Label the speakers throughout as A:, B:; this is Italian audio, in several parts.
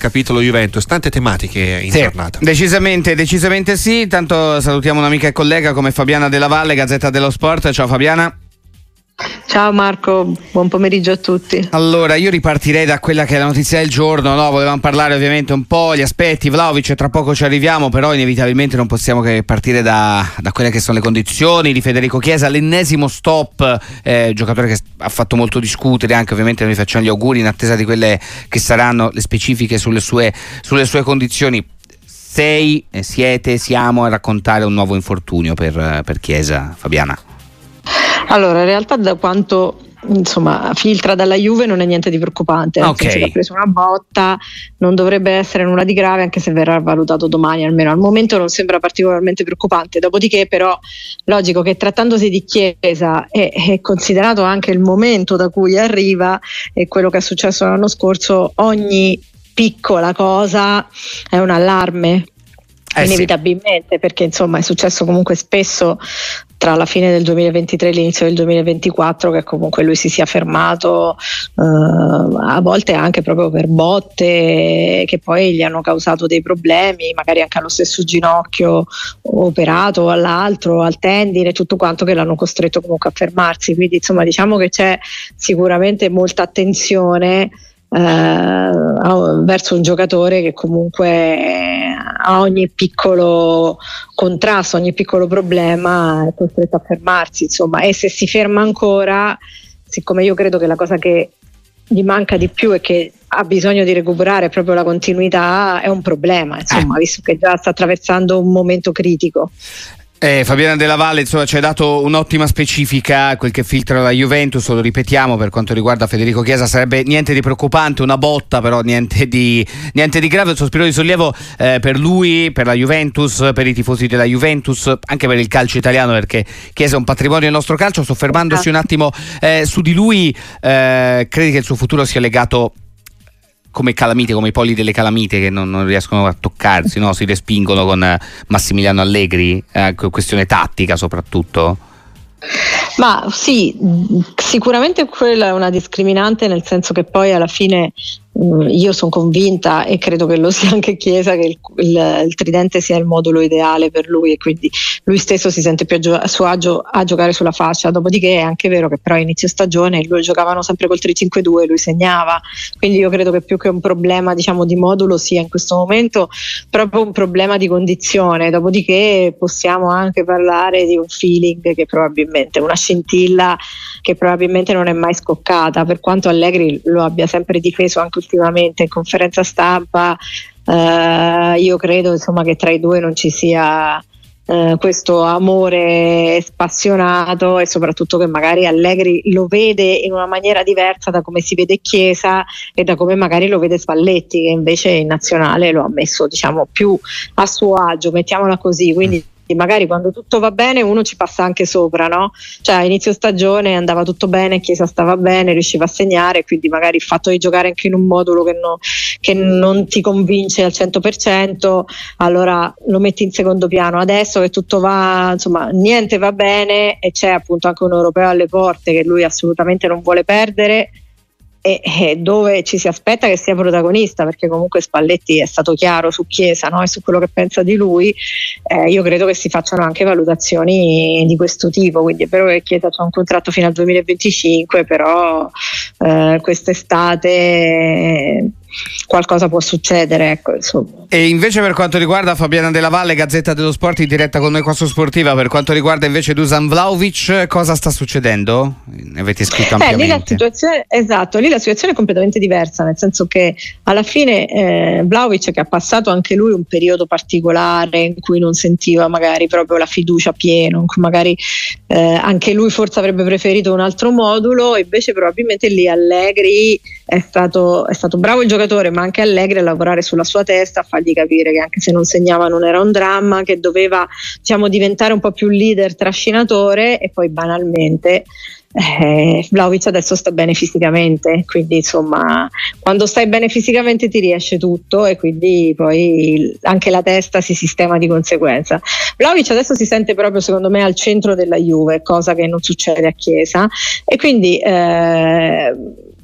A: capitolo Juventus, tante tematiche in giornata.
B: Decisamente sì. Intanto salutiamo un'amica e collega come Fabiana Della Valle, Gazzetta dello Sport. Ciao Fabiana.
C: Ciao Marco, buon pomeriggio a tutti.
B: Allora, io ripartirei da quella che è la notizia del giorno, no? Volevamo parlare ovviamente un po' gli aspetti, Vlahovic, tra poco ci arriviamo, però inevitabilmente non possiamo che partire da quelle che sono le condizioni di Federico Chiesa, l'ennesimo stop, giocatore che ha fatto molto discutere, anche ovviamente noi facciamo gli auguri in attesa di quelle che saranno le specifiche sulle sue condizioni. Siamo a raccontare un nuovo infortunio per Chiesa, Fabiana?
C: Allora, in realtà da quanto filtra dalla Juve non è niente di preoccupante,
B: Okay.
C: Ha preso una botta, non dovrebbe essere nulla di grave, anche se verrà valutato domani, almeno al momento non sembra particolarmente preoccupante. Dopodiché però logico che trattandosi di Chiesa e considerato anche il momento da cui arriva e quello che è successo l'anno scorso, ogni piccola cosa è un allarme. Inevitabilmente, perché è successo comunque spesso tra la fine del 2023 e l'inizio del 2024 che comunque lui si sia fermato, a volte anche proprio per botte che poi gli hanno causato dei problemi, magari anche allo stesso ginocchio operato, all'altro, al tendine, tutto quanto, che l'hanno costretto comunque a fermarsi. Quindi diciamo che c'è sicuramente molta attenzione verso un giocatore che comunque a ogni piccolo contrasto, ogni piccolo problema è costretto a fermarsi, e se si ferma ancora, siccome io credo che la cosa che gli manca di più e che ha bisogno di recuperare proprio la continuità, è un problema, visto che già sta attraversando un momento critico.
B: Fabiana Della Valle ci ha dato un'ottima specifica, quel che filtra la Juventus, lo ripetiamo, per quanto riguarda Federico Chiesa sarebbe niente di preoccupante, una botta, però niente di grave. Un sospiro di sollievo per lui, per la Juventus, per i tifosi della Juventus, anche per il calcio italiano, perché Chiesa è un patrimonio del nostro calcio. Soffermandosi un attimo su di lui, credi che il suo futuro sia legato come calamite, come i poli delle calamite che non riescono a toccarsi, no? Si respingono con Massimiliano Allegri, questione tattica soprattutto?
C: Ma sì, sicuramente quella è una discriminante, nel senso che poi alla fine io sono convinta, e credo che lo sia anche Chiesa, che il tridente sia il modulo ideale per lui, e quindi lui stesso si sente più a suo agio a giocare sulla fascia. Dopodiché è anche vero che però a inizio stagione lui giocavano sempre col 3-5-2, lui segnava, quindi io credo che più che un problema di modulo sia in questo momento proprio un problema di condizione. Dopodiché possiamo anche parlare di un feeling che probabilmente, una scintilla che probabilmente non è mai scoccata, per quanto Allegri lo abbia sempre difeso anche ultimamente in conferenza stampa. Io credo che tra i due non ci sia questo amore spassionato, e soprattutto che magari Allegri lo vede in una maniera diversa da come si vede Chiesa e da come magari lo vede Spalletti, che invece in nazionale lo ha messo più a suo agio, mettiamola così. Quindi magari quando tutto va bene uno ci passa anche sopra, no? Cioè a inizio stagione andava tutto bene, Chiesa stava bene, riusciva a segnare, quindi magari il fatto di giocare anche in un modulo che non ti convince al 100%, allora lo metti in secondo piano. Adesso che tutto va, niente va bene, e c'è appunto anche un europeo alle porte che lui assolutamente non vuole perdere, e dove ci si aspetta che sia protagonista, perché comunque Spalletti è stato chiaro su Chiesa, no? E su quello che pensa di lui. Io credo che si facciano anche valutazioni di questo tipo, quindi è vero che Chiesa ha un contratto fino al 2025, però quest'estate qualcosa può succedere, ecco, insomma.
B: E invece per quanto riguarda Fabiana Della Valle, Gazzetta dello Sport in diretta con noi qua su Sportiva, per quanto riguarda invece Dusan Vlahovic, cosa sta succedendo? Ne avete scritto ampiamente.
C: Lì la situazione è completamente diversa, nel senso che alla fine Vlahovic, che ha passato anche lui un periodo particolare in cui non sentiva magari proprio la fiducia pieno, in cui magari anche lui forse avrebbe preferito un altro modulo, invece probabilmente lì Allegri è stato bravo il giocatore, ma anche Allegri a lavorare sulla sua testa, a fargli capire che anche se non segnava non era un dramma, che doveva diventare un po' più leader, trascinatore. E poi banalmente Vlahovic adesso sta bene fisicamente, quindi quando stai bene fisicamente ti riesce tutto, e quindi poi anche la testa si sistema di conseguenza. Vlahovic adesso si sente proprio, secondo me, al centro della Juve, cosa che non succede a Chiesa, e quindi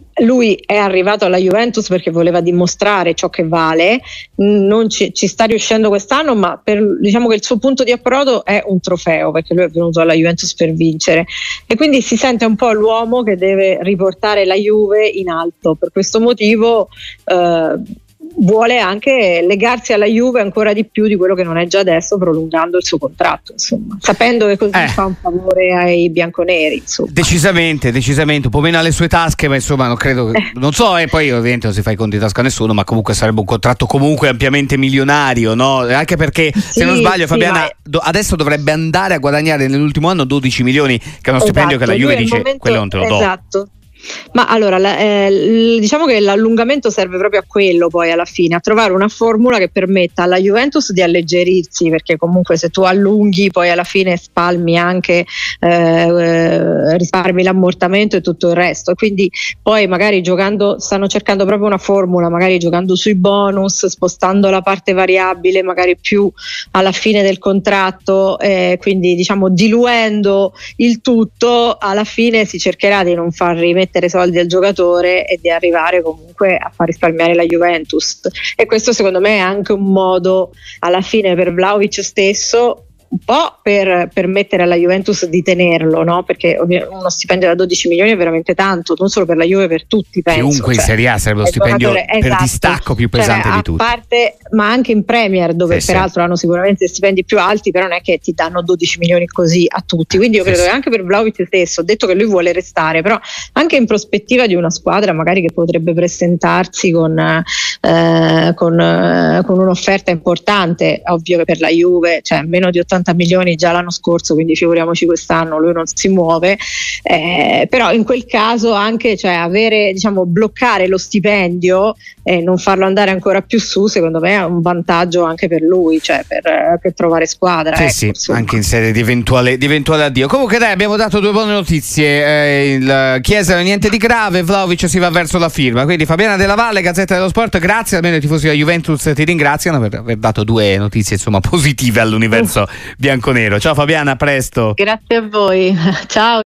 C: lui è arrivato alla Juventus perché voleva dimostrare ciò che vale, non ci sta riuscendo quest'anno, ma diciamo che il suo punto di approdo è un trofeo, perché lui è venuto alla Juventus per vincere e quindi si sente un po' l'uomo che deve riportare la Juve in alto. Per questo motivo vuole anche legarsi alla Juve ancora di più di quello che non è già adesso, prolungando il suo contratto, insomma, sapendo che così fa un favore ai bianconeri, insomma.
B: Decisamente, un po' meno alle sue tasche, ma insomma non credo non so, e poi ovviamente non si fa i conti di tasca a nessuno, ma comunque sarebbe un contratto comunque ampiamente milionario, no? Anche perché se non sbaglio Fabiana adesso dovrebbe andare a guadagnare nell'ultimo anno 12 milioni, che è uno stipendio che la Juve dice quello non te lo do.
C: Esatto. Ma allora diciamo che l'allungamento serve proprio a quello, poi alla fine, a trovare una formula che permetta alla Juventus di alleggerirsi, perché comunque se tu allunghi poi alla fine spalmi anche risparmi l'ammortamento e tutto il resto, quindi poi magari stanno cercando proprio una formula, magari giocando sui bonus, spostando la parte variabile magari più alla fine del contratto, quindi diciamo diluendo il tutto, alla fine si cercherà di non far rimettere soldi al giocatore e di arrivare comunque a far risparmiare la Juventus, e questo secondo me è anche un modo alla fine per Vlahovic stesso, un po' per permettere alla Juventus di tenerlo, no? Perché uno stipendio da 12 milioni è veramente tanto, non solo per la Juve, per tutti, penso.
B: Chiunque in Serie A sarebbe lo stipendio per distacco più pesante di tutti.
C: A parte, ma anche in Premier, dove peraltro hanno sicuramente stipendi più alti, però non è che ti danno 12 milioni così a tutti. Quindi io credo che anche per Vlahovic stesso, ho detto che lui vuole restare, però anche in prospettiva di una squadra magari che potrebbe presentarsi con un'offerta importante, ovvio che per la Juve, cioè meno di 80 milioni già l'anno scorso, quindi figuriamoci quest'anno, lui non si muove, però in quel caso anche, cioè avere, diciamo, bloccare lo stipendio e non farlo andare ancora più su, secondo me è un vantaggio anche per lui, cioè per trovare squadra,
B: anche in sede di eventuale addio. Comunque dai, abbiamo dato due buone notizie, il Chiesa niente di grave, Vlahovic si va verso la firma, quindi Fabiana Della Valle, Gazzetta dello Sport, grazie, almeno i tifosi della Juventus ti ringraziano per aver dato due notizie insomma positive all'universo bianconero. Ciao Fabiana, a presto.
C: Grazie a voi, ciao.